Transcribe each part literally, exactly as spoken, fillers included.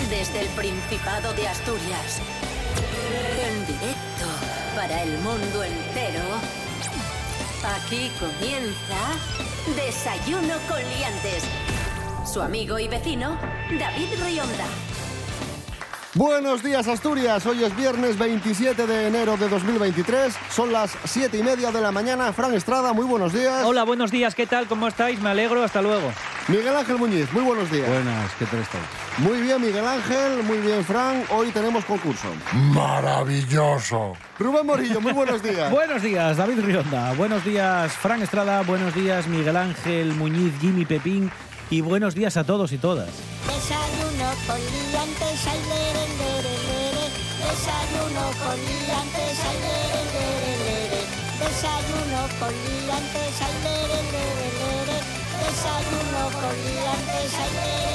Desde el Principado de Asturias, en directo para el mundo entero, aquí comienza Desayuno con Liantes. Su amigo y vecino, David Rionda. Buenos días, Asturias. Hoy es viernes veintisiete de enero de dos mil veintitrés. Son las siete y media de la mañana. Fran Estrada, muy buenos días. Hola, buenos días. ¿Qué tal? ¿Cómo estáis? Me alegro. Hasta luego. Miguel Ángel Muñiz, muy buenos días. Buenas, ¿qué tal estáis? Muy bien, Miguel Ángel. Muy bien, Fran. Hoy tenemos concurso. ¡Maravilloso! Rubén Morillo, muy buenos días. Buenos días, David Rionda. Buenos días, Fran Estrada. Buenos días, Miguel Ángel Muñiz, Jimmy Pepín. Y buenos días a todos y todas. Desayuno con liantes, ay, lere, lere, lere. Desayuno con liantes, ay, lere, lere, lere. Desayuno con liantes, ay, lere, lere, lere. Desayuno con liantes, ay,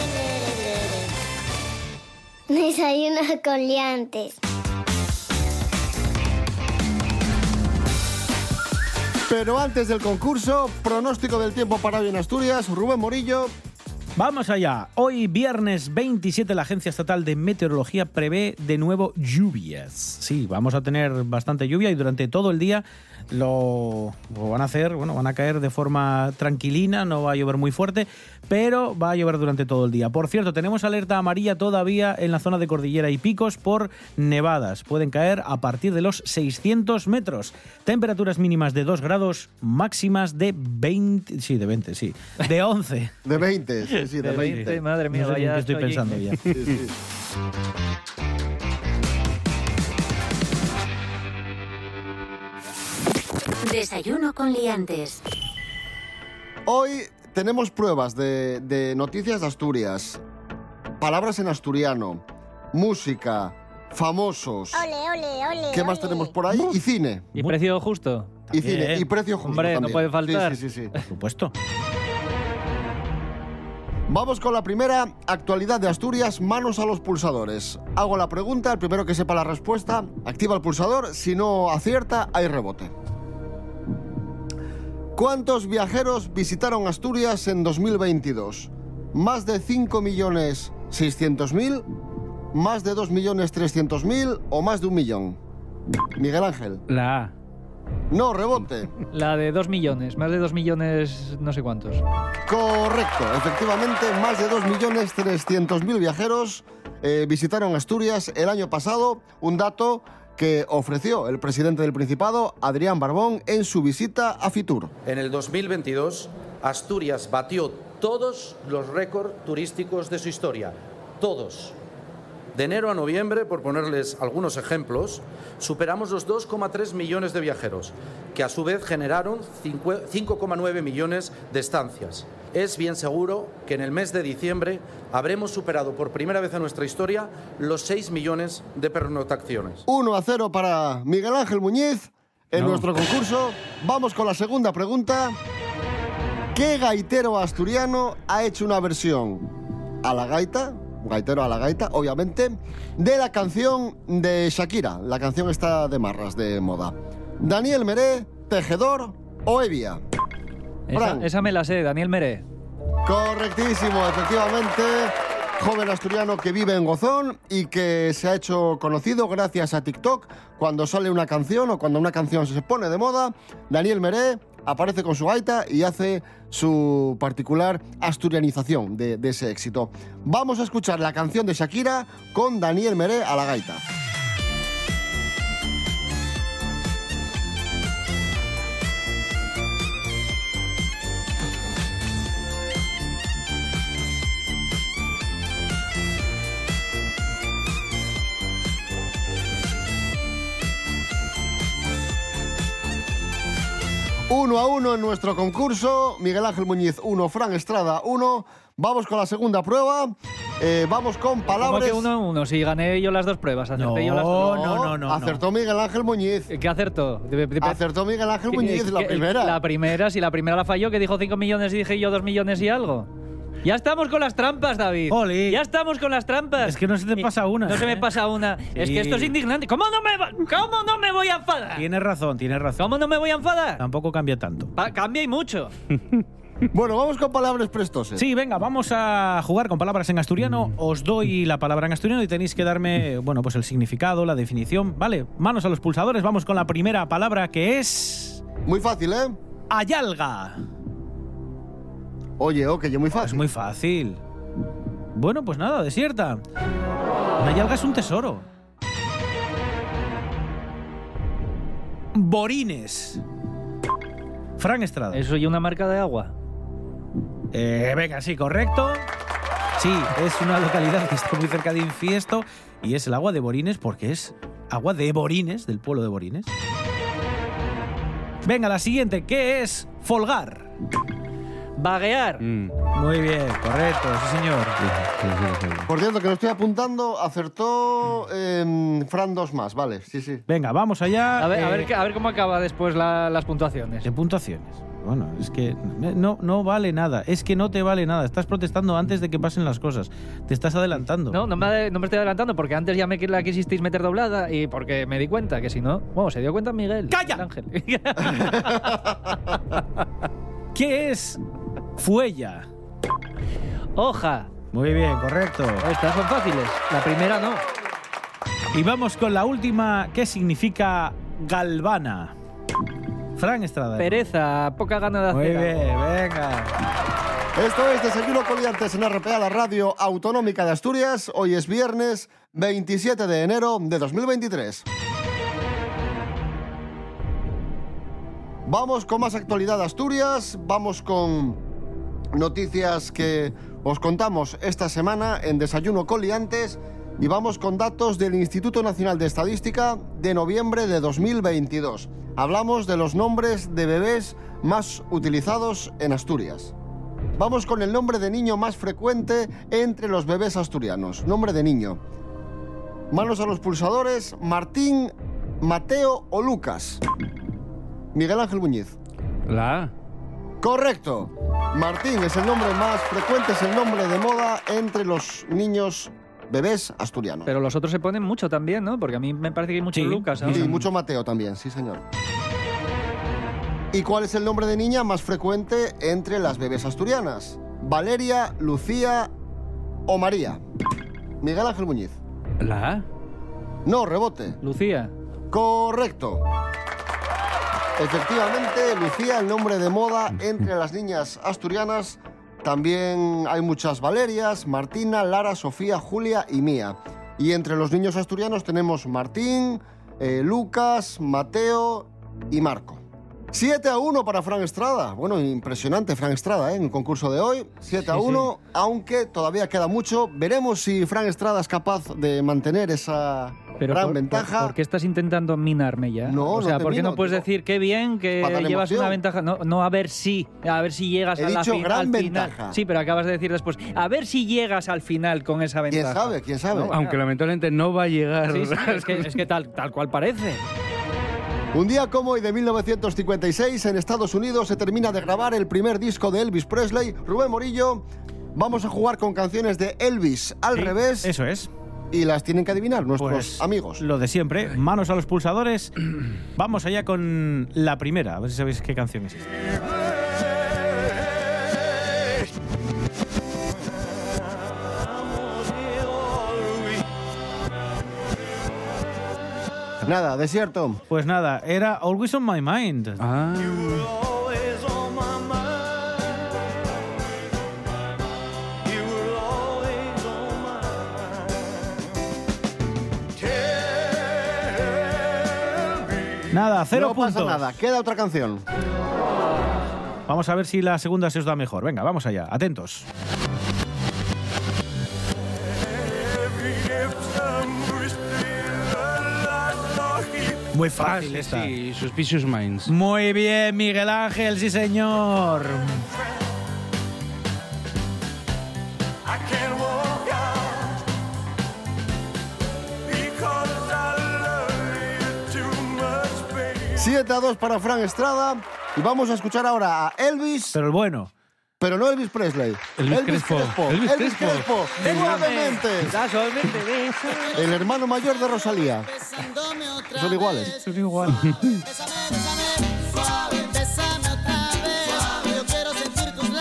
lere, lere, lere. Desayuno con liantes. Pero antes del concurso, pronóstico del tiempo para hoy en Asturias. Rubén Morillo. Vamos allá. Hoy, viernes veintisiete, la Agencia Estatal de Meteorología prevé de nuevo lluvias. Sí, vamos a tener bastante lluvia y durante todo el día lo, lo van a hacer, bueno, van a caer de forma tranquilina, no va a llover muy fuerte, pero va a llover durante todo el día. Por cierto, tenemos alerta amarilla todavía en la zona de Cordillera y Picos por nevadas. Pueden caer a partir de los seiscientos metros. Temperaturas mínimas de dos grados, máximas de veinte... Sí, de veinte, sí. De once. De veinte, sí, sí, de, de veinte. veinte. Madre mía, no sé vaya. Qué estoy pensando ya. Sí, sí. Desayuno con Liantes. Hoy tenemos pruebas de, de noticias de Asturias, palabras en asturiano, música, famosos. Ole, ole, ole. ¿Qué más ole. tenemos por ahí? Y cine. ¿Y precio justo? Y cine. Y precio justo Hombre, no también. puede faltar. Sí, sí, sí, sí. Por supuesto. Vamos con la primera actualidad de Asturias, manos a los pulsadores. Hago la pregunta, el primero que sepa la respuesta, activa el pulsador, si no acierta, hay rebote. ¿Cuántos viajeros visitaron Asturias en dos mil veintidós? ¿Más de cinco millones seiscientos mil? ¿Más de dos millones trescientos mil? ¿O más de un millón? Miguel Ángel. La A. No, rebote. La de dos millones. Más de dos millones no sé cuántos. Correcto, efectivamente, más de dos millones trescientos mil viajeros eh, visitaron Asturias el año pasado, un dato que ofreció el presidente del Principado, Adrián Barbón, en su visita a Fitur. En el dos mil veintidós, Asturias batió todos los récords turísticos de su historia, todos. De enero a noviembre, por ponerles algunos ejemplos, superamos los dos coma tres millones de viajeros, que a su vez generaron cinco coma nueve millones de estancias. Es bien seguro que en el mes de diciembre habremos superado por primera vez en nuestra historia los seis millones de pernoctaciones. uno a cero para Miguel Ángel Muñiz en No. nuestro concurso. Vamos con la segunda pregunta. ¿Qué gaitero asturiano ha hecho una versión a la gaita? Gaitero a la gaita, obviamente, de la canción de Shakira. La canción está de marras, de moda. Daniel Meré, Tejedor o Evia. Esa, esa me la sé, Daniel Meré. Correctísimo, efectivamente. Joven asturiano que vive en Gozón y que se ha hecho conocido gracias a TikTok. Cuando sale una canción o cuando una canción se pone de moda, Daniel Meré aparece con su gaita y hace su particular asturianización de, de ese éxito. Vamos a escuchar la canción de Shakira con Daniel Meré a la gaita. Uno a uno en nuestro concurso. Miguel Ángel Muñiz uno, Fran Estrada uno. Vamos con la segunda prueba. Eh, vamos con palabras. ¿Cómo que uno a uno? Si gané yo las dos pruebas, acerté No, yo las dos. no, no, no. Acertó Miguel Ángel Muñiz. ¿Qué acertó? De- de- Acertó Miguel Ángel ¿Qué- Muñiz, la qué- primera. La primera, si la primera la falló, que dijo cinco millones y dije yo dos millones y algo. Ya estamos con las trampas, David. Jolín. Ya estamos con las trampas. Es que no se te pasa una. No se me ¿eh? pasa una. Es que esto es indignante. ¿Cómo no me, va- cómo no me voy a enfadar? Tienes razón, tienes razón. ¿Cómo no me voy a enfadar? Tampoco cambia tanto. Pa- cambia y mucho. Bueno, vamos con palabras prestoses. Sí, venga, vamos a jugar con palabras en asturiano. Os doy la palabra en asturiano y tenéis que darme, bueno, pues el significado, la definición, ¿vale? Manos a los pulsadores, vamos con la primera palabra que es... Muy fácil, ¿eh? Ayalga. Oye, ok, es muy fácil. Es muy fácil. Bueno, pues nada, desierta. Una ayalga es un tesoro. Borines. Fran Estrada. ¿Eso y una marca de agua? Eh, venga, sí, correcto. Sí, es una localidad que está muy cerca de Infiesto y es el agua de Borines porque es agua de Borines, del pueblo de Borines. Venga, la siguiente, ¿qué es folgar? Vaguear. Mm. Muy bien, correcto, sí señor. Por cierto, que lo estoy apuntando, acertó eh, Fran dos más, vale, sí, sí. Venga, vamos allá. A ver, a eh, ver, qué- a ver cómo acaba después la- las puntuaciones. De puntuaciones. Bueno, es que no, no vale nada. Es que no te vale nada. Estás protestando antes de que pasen las cosas. Te estás adelantando. No, no me, no me estoy adelantando porque antes ya me la quisisteis meter doblada y porque me di cuenta que si no... Bueno, se dio cuenta Miguel. ¡Calla! el Ángel. ¿Qué es fuella? Hoja. Muy bien, correcto. Estas son fáciles. La primera no. Y vamos con la última. ¿Qué significa galvana? Fran Estrada. Pereza, poca gana de Muy hacer. bien, algo. venga. Esto es Desayuno con Liantes en R P A, la radio autonómica de Asturias. Hoy es viernes veintisiete de enero de dos mil veintitrés. Vamos con más actualidad de Asturias, vamos con noticias que os contamos esta semana en Desayuno con Liantes y vamos con datos del Instituto Nacional de Estadística de noviembre de dos mil veintidós. Hablamos de los nombres de bebés más utilizados en Asturias. Vamos con el nombre de niño más frecuente entre los bebés asturianos. Nombre de niño. Manos a los pulsadores. Martín, Mateo o Lucas. Miguel Ángel Muñiz. La A. Correcto. Martín es el nombre más frecuente, es el nombre de moda entre los niños bebés asturianos. Pero los otros se ponen mucho también, ¿no? Porque a mí me parece que hay muchos Sí. Lucas Y ahora. mucho Mateo también, sí señor. ¿Y cuál es el nombre de niña más frecuente entre las bebés asturianas? Valeria, Lucía o María. Miguel Ángel Muñiz. La A. No, rebote. Lucía. Correcto. Efectivamente, Lucía, el nombre de moda entre las niñas asturianas. También hay muchas Valerias, Martina, Lara, Sofía, Julia y Mía. Y entre los niños asturianos tenemos Martín, eh, Lucas, Mateo y Marco. siete a uno para Fran Estrada. Bueno, impresionante Fran Estrada, ¿eh? En el concurso de hoy. siete a uno, aunque todavía queda mucho. Veremos si Fran Estrada es capaz de mantener esa Pero gran por, ventaja. por- ¿por qué estás intentando minarme ya? No, o no sea, te ¿por qué mino, no puedes digo, decir qué bien que para dar llevas emoción. una ventaja? No, no, a ver si, a ver si llegas He a la dicho fin- gran al final. ventaja. Sí, pero acabas de decir después, a ver si llegas al final con esa ¿Quién ventaja. sabe? ¿Quién sabe? No, Aunque lamentablemente no va a llegar. Sí, sí, es que, es que tal, tal cual parece. Un día como hoy de mil novecientos cincuenta y seis, en Estados Unidos se termina de grabar el primer disco de Elvis Presley. Rubén Morillo, vamos a jugar con canciones de Elvis al Sí, revés Eso es. y las tienen que adivinar nuestros Pues amigos. lo de siempre. Manos a los pulsadores. Vamos allá con la primera. A ver si sabéis qué canción es esta. Nada, desierto. Pues nada, era Always on My Mind. Ah. Nada, cero no puntos. pasa nada, queda otra canción. Vamos a ver si la segunda se os da mejor. Venga, vamos allá. Atentos. Muy Ah, fácil sí, esta. sí, Suspicious Minds. Muy bien, Miguel Ángel, sí señor. siete a dos para Fran Estrada. Y vamos a escuchar ahora a Elvis, Pero el bueno. pero no Elvis Presley. Elvis Crespo. Elvis, Elvis Crespo. Crespo. Nuevamente. Casualmente, beso. El hermano mayor de Rosalía. Besándome otra Son iguales. vez. Es igual. Bésame, bésame, suave, bésame otra vez. Yo quiero sentir tus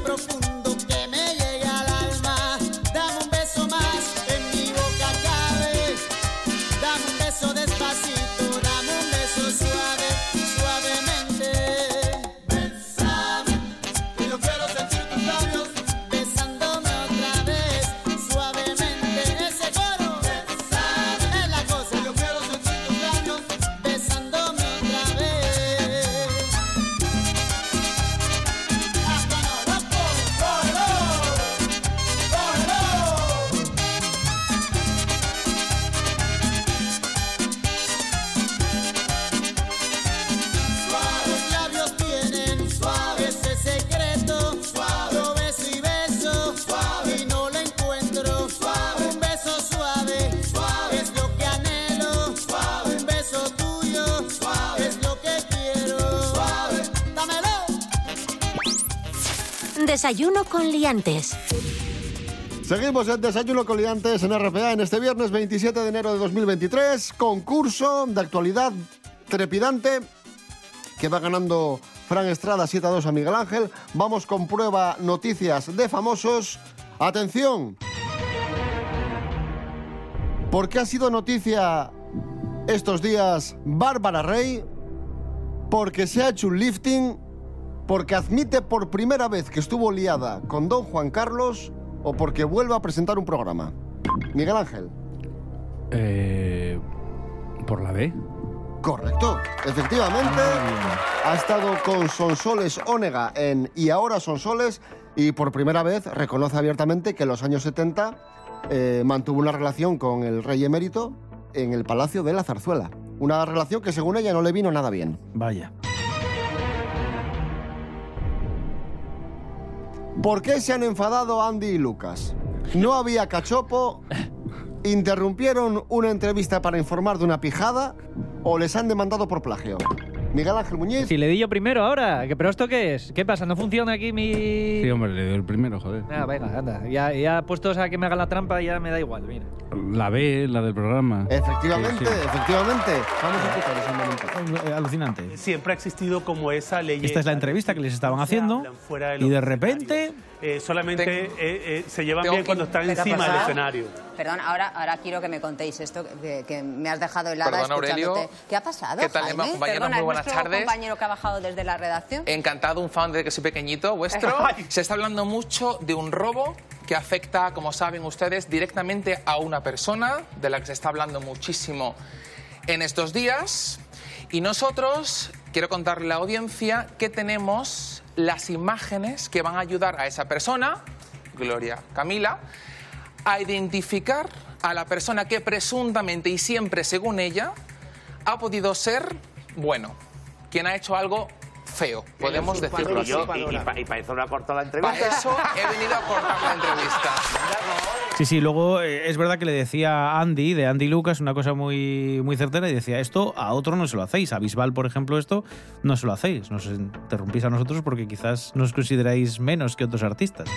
profundo que me llega al alma. Dame un beso más, en mi boca cabe. Dame un beso despacito, dame un beso suave, suavemente. Bésame, que yo quiero sentir tus labios besándome otra vez, suavemente. Ese coro, bésame, es la cosa. Yo quiero sentir tus labios besándome otra vez. Hasta no, loco, cógelo, cógelo. Suaves labios tienen, suave ese secreto, suave, yo beso y beso, suave y no lo encuentro, suave, un beso suave, suave es lo que anhelo, suave, un beso tuyo, suave es lo que quiero, suave, dámelo. Desayuno con liantes. Seguimos en Desayuno con Liantes en R P A en este viernes veintisiete de enero de dos mil veintitrés. Concurso de actualidad trepidante que va ganando Fran Estrada siete a dos a Miguel Ángel. Vamos con prueba noticias de famosos. ¡Atención! ¿Por qué ha sido noticia estos días Bárbara Rey? Porque se ha hecho un lifting, porque admite por primera vez que estuvo liada con don Juan Carlos o porque vuelve a presentar un programa. Miguel Ángel. Eh, ¿Por la B? Correcto, efectivamente. Ha estado con Sonsoles Ónega en Y ahora Sonsoles y por primera vez reconoce abiertamente que en los años setenta eh, mantuvo una relación con el rey emérito en el Palacio de la Zarzuela. Una relación que según ella no le vino nada bien. Vaya. ¿Por qué se han enfadado Andy y Lucas? No había cachopo, interrumpieron una entrevista para informar de una pijada o les han demandado por plagio. Miguel Ángel Muñiz. Si le di yo primero ahora. ¿Que- ¿Pero esto qué es? ¿Qué pasa? ¿No funciona aquí mi...? Sí, hombre, le doy el primero, joder. Ah, venga, anda. Ya, ya puestos a que me haga la trampa ya me da igual, mira. La B, la del programa. Efectivamente, Sí, sí. efectivamente. Vamos a escuchar ese momento. Eh, Alucinante. Siempre ha existido como esa ley. Esta es la entrevista que les estaban haciendo y de repente... Eh, solamente Tengo- eh, eh, se llevan tengo bien que- cuando están ¿Qué ha encima del pasado? escenario. Perdón, ahora, ahora quiero que me contéis esto, que, que me has dejado helada Perdón, Aurelio. escuchándote. ¿Qué ha pasado, ¿Qué tal, Jaime? Emma, compañeros? Perdona, Muy ¿es buenas nuestro tardes. compañero que ha bajado desde la redacción? Encantado, un fan desde que soy pequeñito, vuestro. Ay. Se está hablando mucho de un robo que afecta, como saben ustedes, directamente a una persona, de la que se está hablando muchísimo en estos días. Y nosotros, quiero contarle a la audiencia que tenemos las imágenes que van a ayudar a esa persona, Gloria Camila, a identificar a la persona que presuntamente y siempre, según ella, ha podido ser, bueno, quien ha hecho algo feo, podemos decirlo así. Y para eso no ha cortado la Para entrevista. eso he venido a cortar la entrevista. Sí, sí, luego eh, es verdad que le decía a Andy, de Andy Lucas, una cosa muy, muy certera y decía, esto a otro no se lo hacéis. A Bisbal, por ejemplo, esto no se lo hacéis. Nos interrumpís a nosotros porque quizás nos consideráis menos que otros artistas.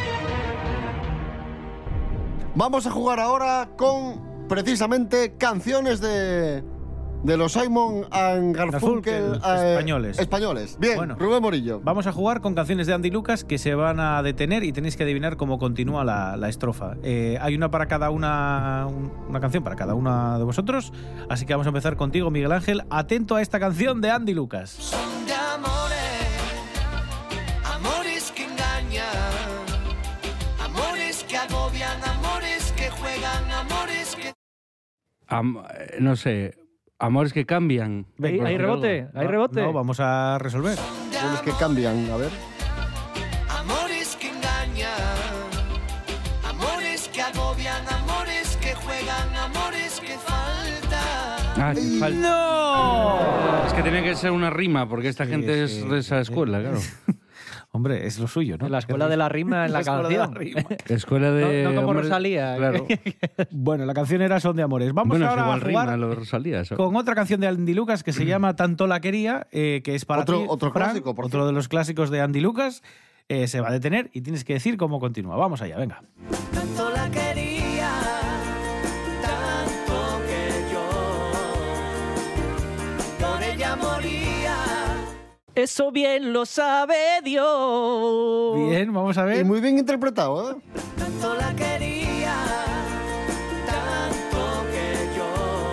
Vamos a jugar ahora con precisamente canciones de, de los Simon and Garfunkel Garfunkel, eh, españoles. españoles. Bien, Bueno. Rubén Morillo. Vamos a jugar con canciones de Andy Lucas que se van a detener y tenéis que adivinar cómo continúa la, la estrofa. Eh, hay una para cada una, un- una canción para cada una de vosotros, así que vamos a empezar contigo, Miguel Ángel. Atento a esta canción de Andy Lucas. Son de amores, amores que engañan, amores que agobian, amores que juegan, amores que... Am- eh, no sé, amores que cambian. ¿Hay, Por hay decir rebote? algo. ¿Hay No, rebote? No, vamos a resolver. Unos que cambian, a ver. Amores que engañan, amores que agobian, amores que juegan, amores que faltan. Ah, que fal- ¡No! Es que tenía que ser una rima, porque esta Sí, gente sí, es de esa escuela, claro. Hombre, es lo suyo, ¿no? En la escuela de la rima en la, escuela de la canción. rima. Escuela de... No- no como hombres- Rosalía. Claro. Bueno, la canción era Son de Amores. Vamos Bueno, es ahora igual a jugar rima lo de Rosalía. eso. con otra canción de Andy Lucas que se llama Tanto la quería, eh, que es para Otro- ti, otro Fran, clásico, por otro cierto. de los clásicos de Andy Lucas. Eh, se va a detener y tienes que decir cómo continúa. Vamos allá, venga. Tanto la quería, tanto que yo por ella moría. Eso bien lo sabe Dios. Bien, vamos a ver. Y muy bien interpretado, ¿eh? Tanto la quería, tanto que yo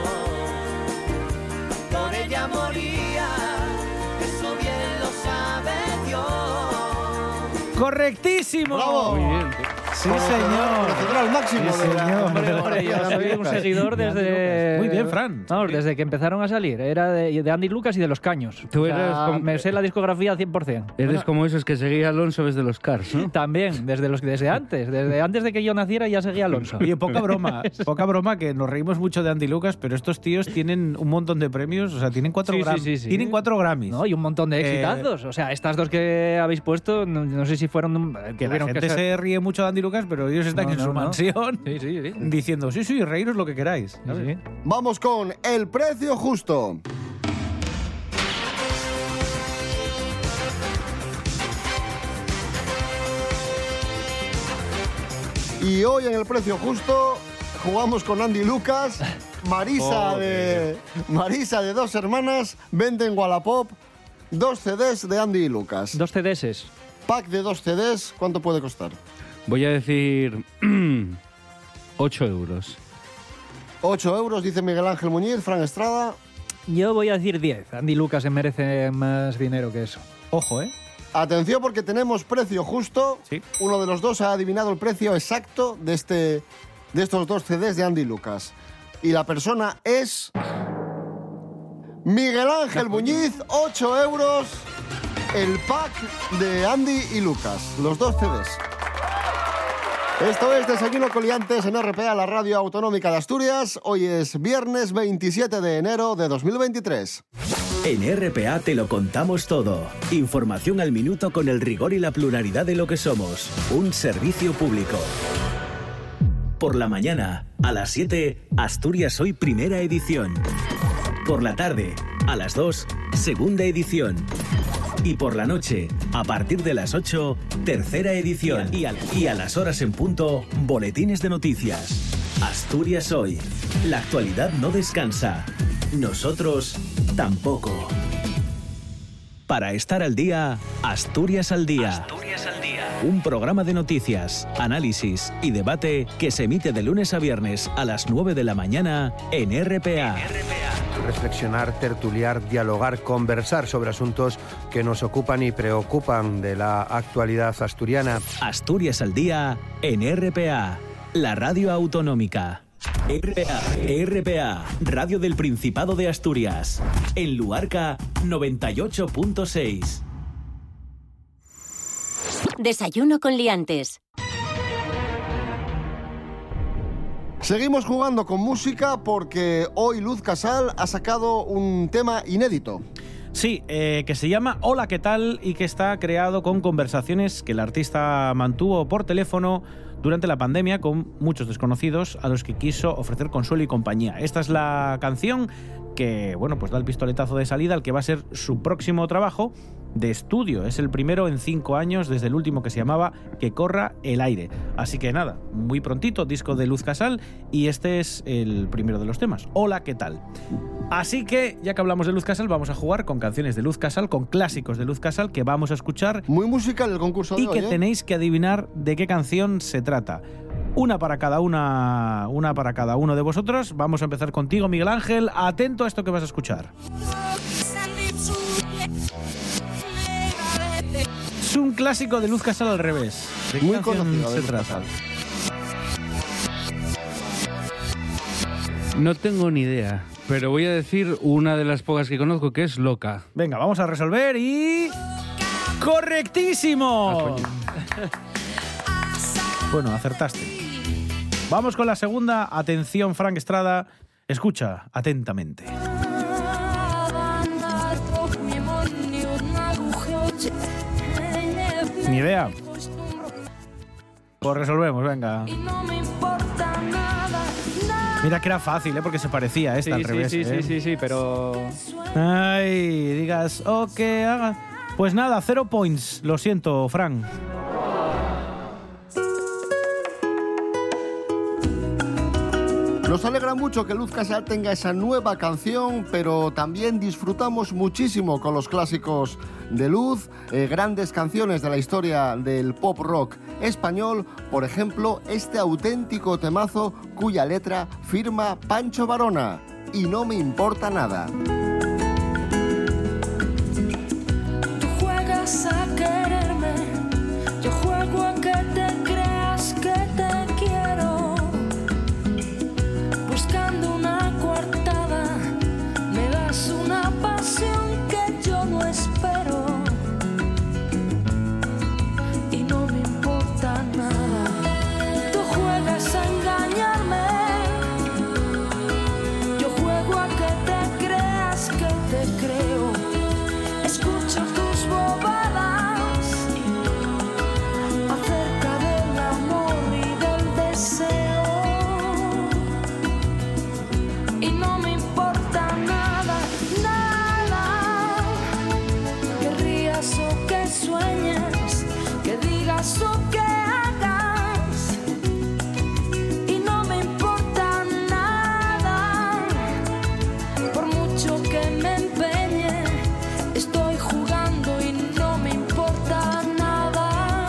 por ella moría. Eso bien lo sabe Dios. ¡Correctísimo! ¡Bravo! Muy bien. Sí, señor. Conocedor al máximo Sí, de la- señor. hombre, Hombre, hombre, yo soy un seguidor desde... Muy bien, Fran. Vamos, desde que empezaron a salir. Era de, de Andy Lucas y de Los Caños. Tú O sea, eres como- me sé la discografía al cien por ciento. Eres como esos que seguía a Alonso desde los Cars, ¿no? También, desde, los, desde antes. Desde antes de que yo naciera ya seguía a Alonso. Oye, poca broma, poca broma, que nos reímos mucho de Andy Lucas, pero estos tíos tienen un montón de premios, o sea, tienen cuatro, Sí, sí, gram- sí, sí. Tienen cuatro Grammys. No, y un montón de Eh, exitazos. O sea, estas dos que habéis puesto, no, no sé si fueron... Que la gente se ríe mucho de Andy Lucas, pero ellos están No, en no, su no. mansión Sí, sí, sí. diciendo, sí, sí, reíros lo que queráis. ¿sabes? Sí, sí. Vamos con el precio justo. Y hoy en el precio justo jugamos con Andy Lucas. Marisa de Marisa de Dos Hermanas vende en Wallapop dos C Ds de Andy y Lucas. Dos C Ds. Pack de dos C Ds, ¿cuánto puede costar? Voy a decir ocho euros. ocho euros, dice Miguel Ángel Muñiz, Fran Estrada. Yo voy a decir diez. Andy Lucas se merece más dinero que eso. Ojo, ¿eh? Atención porque tenemos precio justo. Sí. Uno de los dos ha adivinado el precio exacto de, este, de estos dos C Ds de Andy Lucas. Y la persona es... Miguel Ángel Muñiz, ocho euros. El pack de Andy y Lucas, los dos C Ds. Esto es Desayuno con Liantes en R P A, la radio autonómica de Asturias. Hoy es viernes veintisiete de enero de dos mil veintitrés. En R P A te lo contamos todo. Información al minuto con el rigor y la pluralidad de lo que somos. Un servicio público. Por la mañana, a las siete, Asturias Hoy primera edición. Por la tarde, a las dos, segunda edición. Y por la noche, a partir de las ocho, tercera edición. Y a, y a las horas en punto, boletines de noticias. Asturias Hoy. La actualidad no descansa. Nosotros tampoco. Para estar al día, Asturias al día. Asturias al día. Un programa de noticias, análisis y debate que se emite de lunes a viernes a las nueve de la mañana en R P A. Reflexionar, tertuliar, dialogar, conversar sobre asuntos que nos ocupan y preocupan de la actualidad asturiana. Asturias al día en R P A, la radio autonómica. R P A, R P A, Radio del Principado de Asturias. En Luarca, noventa y ocho punto seis. Desayuno con liantes. Seguimos jugando con música porque hoy Luz Casal ha sacado un tema inédito. Sí, eh, que se llama Hola, ¿qué tal? Y que está creado con conversaciones que el artista mantuvo por teléfono durante la pandemia con muchos desconocidos a los que quiso ofrecer consuelo y compañía. Esta es la canción que, bueno, pues da el pistoletazo de salida al que va a ser su próximo trabajo de estudio. Es el primero en cinco años desde el último que se llamaba Que corra el aire. Así que nada, muy prontito, disco de Luz Casal, y este es el primero de los temas. Hola, ¿qué tal? Así que, ya que hablamos de Luz Casal, vamos a jugar con canciones de Luz Casal, con clásicos de Luz Casal que vamos a escuchar. Muy musical el concurso de y hoy, que ¿eh? tenéis que adivinar de qué canción se trata. Una para cada una, una para cada uno de vosotros. Vamos a empezar contigo, Miguel Ángel. Atento a esto que vas a escuchar. Es un clásico de Luz Casal al revés. ¿De qué Muy canción conocido de se Luz trata? Casal. No tengo ni idea, pero voy a decir una de las pocas que conozco, que es Loca. Venga, vamos a resolver y... ¡Correctísimo! Bueno, acertaste. Vamos con la segunda. Atención, Frank Estrada. Escucha atentamente. Ni idea. Pues resolvemos, venga. Mira que era fácil, ¿eh? Porque se parecía a esta Sí, al sí, revés. sí, ¿eh? sí, sí, sí, pero... Ay, digas, o que haga. Pues nada, cero points. Lo siento, Fran. Nos alegra mucho que Luz Casal tenga esa nueva canción, pero también disfrutamos muchísimo con los clásicos de Luz, eh, grandes canciones de la historia del pop rock español, por ejemplo, este auténtico temazo cuya letra firma Pancho Varona, Y no me importa nada. Tú juegas a quererme, yo juego a que te creas que te quiero. Buscando una coartada, me das una pasión que yo no espero. Y no me importa nada. Tú juegas a engañarme, yo juego a que te creas que te creo. Escucho tus bobadas acerca del amor y del deseo. Y no me importa nada, nada. Que rías o que sueñes, que digas o que hagas. Y no me importa nada. Por mucho que me empeñe, estoy jugando y no me importa nada.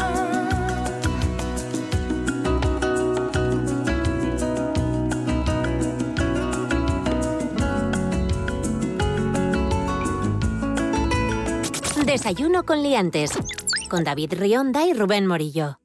Desayuno con liantes, con David Rionda y Rubén Morillo.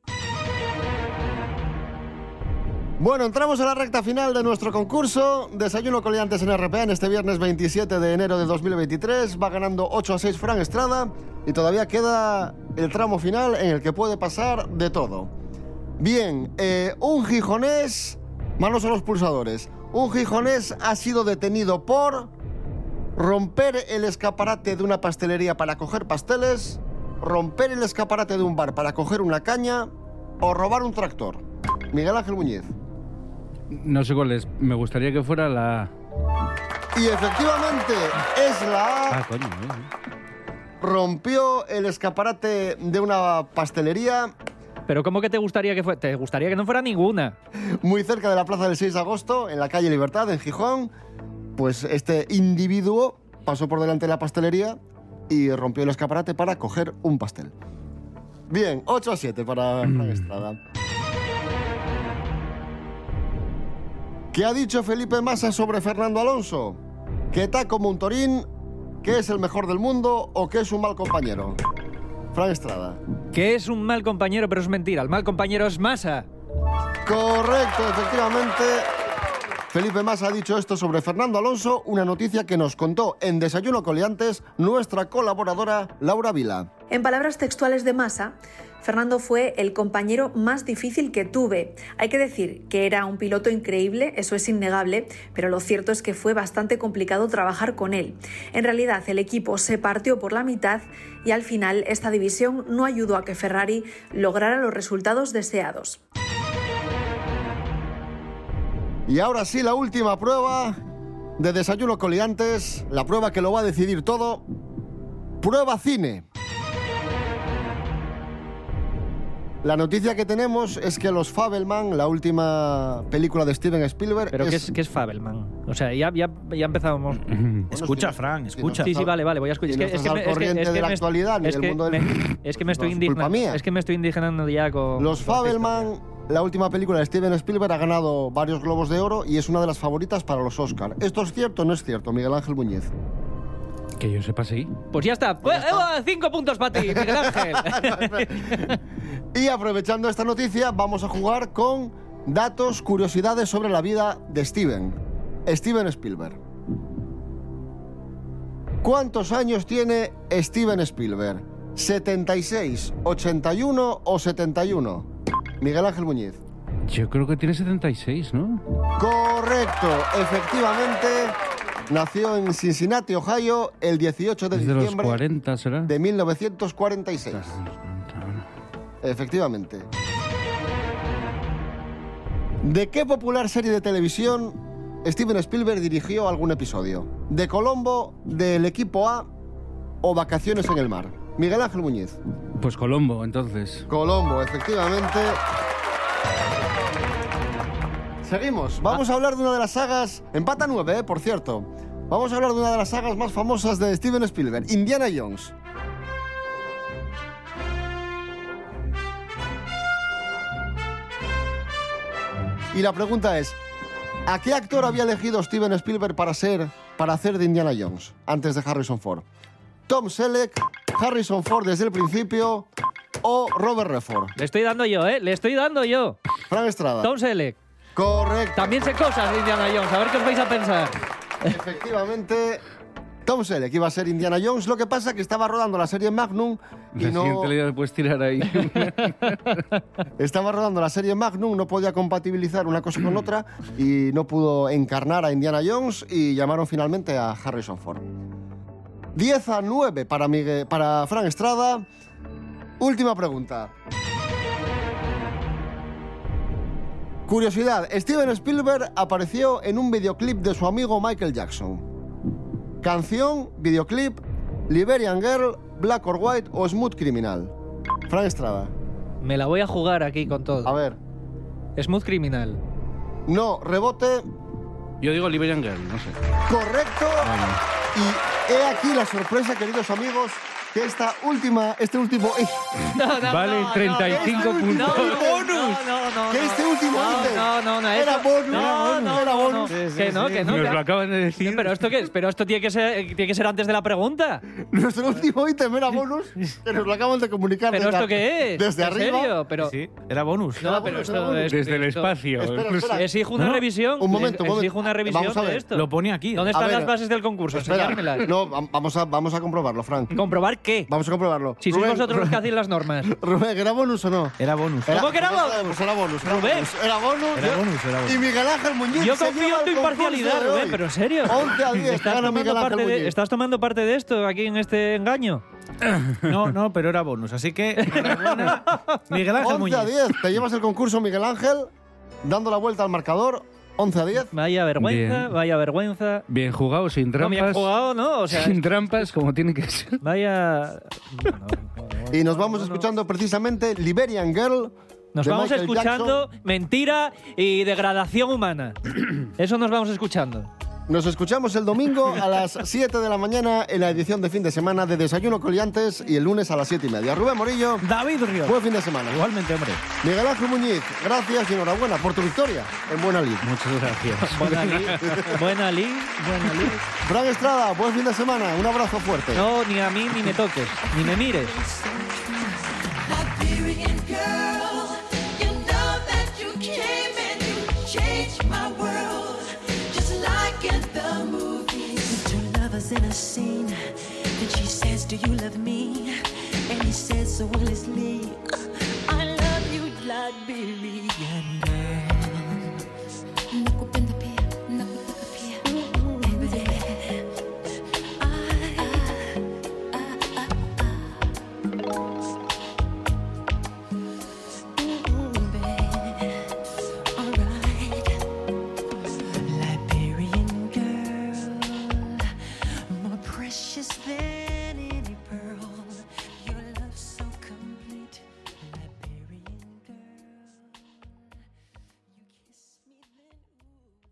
Bueno, entramos en la recta final de nuestro concurso. Desayuno con liantes en R P A en este viernes veintisiete de enero de dos mil veintitrés. Va ganando ocho a seis Fran Estrada y todavía queda el tramo final en el que puede pasar de todo. Bien, eh, un gijonés, manos a los pulsadores. Un gijonés ha sido detenido por romper el escaparate de una pastelería para coger pasteles, romper el escaparate de un bar para coger una caña o robar un tractor. Miguel Ángel Muñiz. No sé cuál es. Me gustaría que fuera la... Y efectivamente es la A. Ah, coño. eh. Rompió el escaparate de una pastelería Pero ¿cómo que te gustaría que fuera? Te gustaría que no fuera ninguna. muy cerca de la plaza del seis de agosto, en la calle Libertad, en Gijón. Pues este individuo pasó por delante de la pastelería y rompió el escaparate para coger un pastel. Bien, ocho a siete para Fran Estrada. ¿Qué ha dicho Felipe Massa sobre Fernando Alonso? ¿Que está como un torín? ¿Que es el mejor del mundo? ¿O que es un mal compañero? Fran Estrada. Que es un mal compañero, pero es mentira. El mal compañero es Massa. Correcto, efectivamente. Felipe Massa ha dicho esto sobre Fernando Alonso, una noticia que nos contó en Desayuno con Liantes nuestra colaboradora Laura Vila. En palabras textuales de Massa, Fernando fue el compañero más difícil que tuve. Hay que decir que era un piloto increíble, eso es innegable, pero lo cierto es que fue bastante complicado trabajar con él. En realidad, el equipo se partió por la mitad y al final esta división no ayudó a que Ferrari lograra los resultados deseados. Y ahora sí, la última prueba de Desayuno con Liantes, la prueba que lo va a decidir todo. Prueba cine. La noticia que tenemos es que Los Fabelman, la última película de Steven Spielberg... ¿Pero es... qué es, qué es Fabelman? O sea, ya, ya, ya empezábamos... Escucha, Fran, escucha. Sí, sí, vale, vale, voy a escuchar. Si no Es que, estás es al que, corriente es que, de la me- actualidad ni es del que mundo del... me- Es que me estoy No es culpa indignando. mía. Es que me estoy indignando ya con... Los Fabelman, la última película de Steven Spielberg, ha ganado varios Globos de Oro y es una de las favoritas para los Oscar. ¿Esto es cierto o no es cierto, Miguel Ángel Muñiz? Que yo sepa, sí. Pues ya está. Pues, eh, cinco puntos para ti, Miguel Ángel. Y aprovechando esta noticia, vamos a jugar con datos, curiosidades sobre la vida de Steven. Steven Spielberg. ¿Cuántos años tiene Steven Spielberg? ¿setenta y seis, ochenta y uno o setenta y uno? Miguel Ángel Muñiz. Yo creo que tiene setenta y seis, ¿no? Correcto, efectivamente. Nació en Cincinnati, Ohio, el dieciocho de Es de los diciembre cuarenta, ¿será? de mil novecientos cuarenta y seis. Efectivamente. ¿De qué popular serie de televisión Steven Spielberg dirigió algún episodio? ¿De Colombo, del Equipo A o Vacaciones en el Mar? Miguel Ángel Muñiz. Pues Colombo, entonces. Colombo, efectivamente. Seguimos. Vamos a hablar de una de las sagas... Empata nueve, eh, por cierto. Vamos a hablar de una de las sagas más famosas de Steven Spielberg, Indiana Jones. Y la pregunta es, ¿a qué actor había elegido Steven Spielberg para ser, para hacer de Indiana Jones antes de Harrison Ford? ¿Tom Selleck, Harrison Ford desde el principio o Robert Redford? Le estoy dando yo, ¿eh? Le estoy dando yo. Frank Estrada. Tom Selleck. Correcto. También sé cosas de Indiana Jones, a ver qué os vais a pensar. Efectivamente, Tom Selleck iba a ser Indiana Jones. Lo que pasa es que estaba rodando la serie Magnum y La no... siguiente le puedes tirar ahí. Estaba rodando la serie Magnum, no podía compatibilizar una cosa con otra y no pudo encarnar a Indiana Jones y llamaron finalmente a Harrison Ford. diez a nueve para, Miguel, para Frank Estrada. Última pregunta. Curiosidad, Steven Spielberg apareció en un videoclip de su amigo Michael Jackson. Canción, videoclip, Liberian Girl, Black or White o Smooth Criminal. Frank Estrada. Me la voy a jugar aquí con todo. A ver. Smooth Criminal. No, rebote. Yo digo Liberian Girl, no sé. Correcto. Y he aquí la sorpresa, queridos amigos, que esta última, este último... No, no, vale no, treinta y cinco no, puntos. No, bonus. No, no, no. Que este último no, ítem no, no, no, era eso- bonus. No, no, era no, bonus. no. Que no, que no. Nos que- lo acaban de decir. Pero esto qué es? Pero esto tiene que ser, tiene que ser antes de la pregunta. Nuestro último ítem era bonus, que nos lo acaban de comunicar. ¿Pero desde esto a- qué es? Desde ¿En arriba. serio? Pero... Sí, era bonus. No, pero esto es... Desde el esto- espacio. Espera, espera. Exijo una No, revisión. un momento, un momento. Exijo una revisión Vamos a ver. de esto. Lo pone aquí. ¿Dónde A están ver. las bases del concurso? Espera. Enseñármelas. No, vam- vamos a, vamos a comprobarlo, Frank. ¿Comprobar qué? Vamos a comprobarlo. Si sois Rubén, vosotros los que hacéis las normas. Rubén, ¿era bonus o no? Era bonus. ¿Cómo que era no bonus? sabemos, Era bonus. Era Rubén. bonus. Era bonus. Era bonus, era bonus. Y Miguel Ángel Muñiz. Yo se confío lleva en tu el concurso imparcialidad, de hoy. Rubén, pero en serio. once a diez, ¿Estás gana tomando, Miguel Ángel parte de, Muñiz. ¿Estás tomando parte de esto aquí en este engaño? No, no, pero era bonus. Así que, enhorabuena, Miguel Ángel once Muñiz. a diez. Te llevas el concurso, Miguel Ángel, dando la vuelta al marcador. once a diez. Vaya vergüenza, Bien. vaya vergüenza. Bien jugado, sin No, trampas. bien jugado, ¿no? O sea, sin trampas, como tiene que ser. vaya... Y nos vamos escuchando precisamente Liberian Girl. Nos de vamos Michael escuchando Jackson. mentira y degradación humana. Eso nos vamos escuchando. Nos escuchamos el domingo a las siete de la mañana en la edición de fin de semana de Desayuno Coliantes y el lunes a las siete y media. Rubén Morillo, David Río. buen fin de semana. Igualmente, hombre. Miguel Ángel Muñiz, gracias y enhorabuena por tu victoria en Buena Lid. Muchas gracias. Buena li, buena li, buena li. Fran Estrada, buen fin de semana. Un abrazo fuerte. No, ni a mí ni me toques, ni me mires. Liberian girl, you know that you came and you changed my world, just like in the movies. Two lovers in a scene, then she says, "Do you love me?" And he says so willingly, "I love you, Liberia."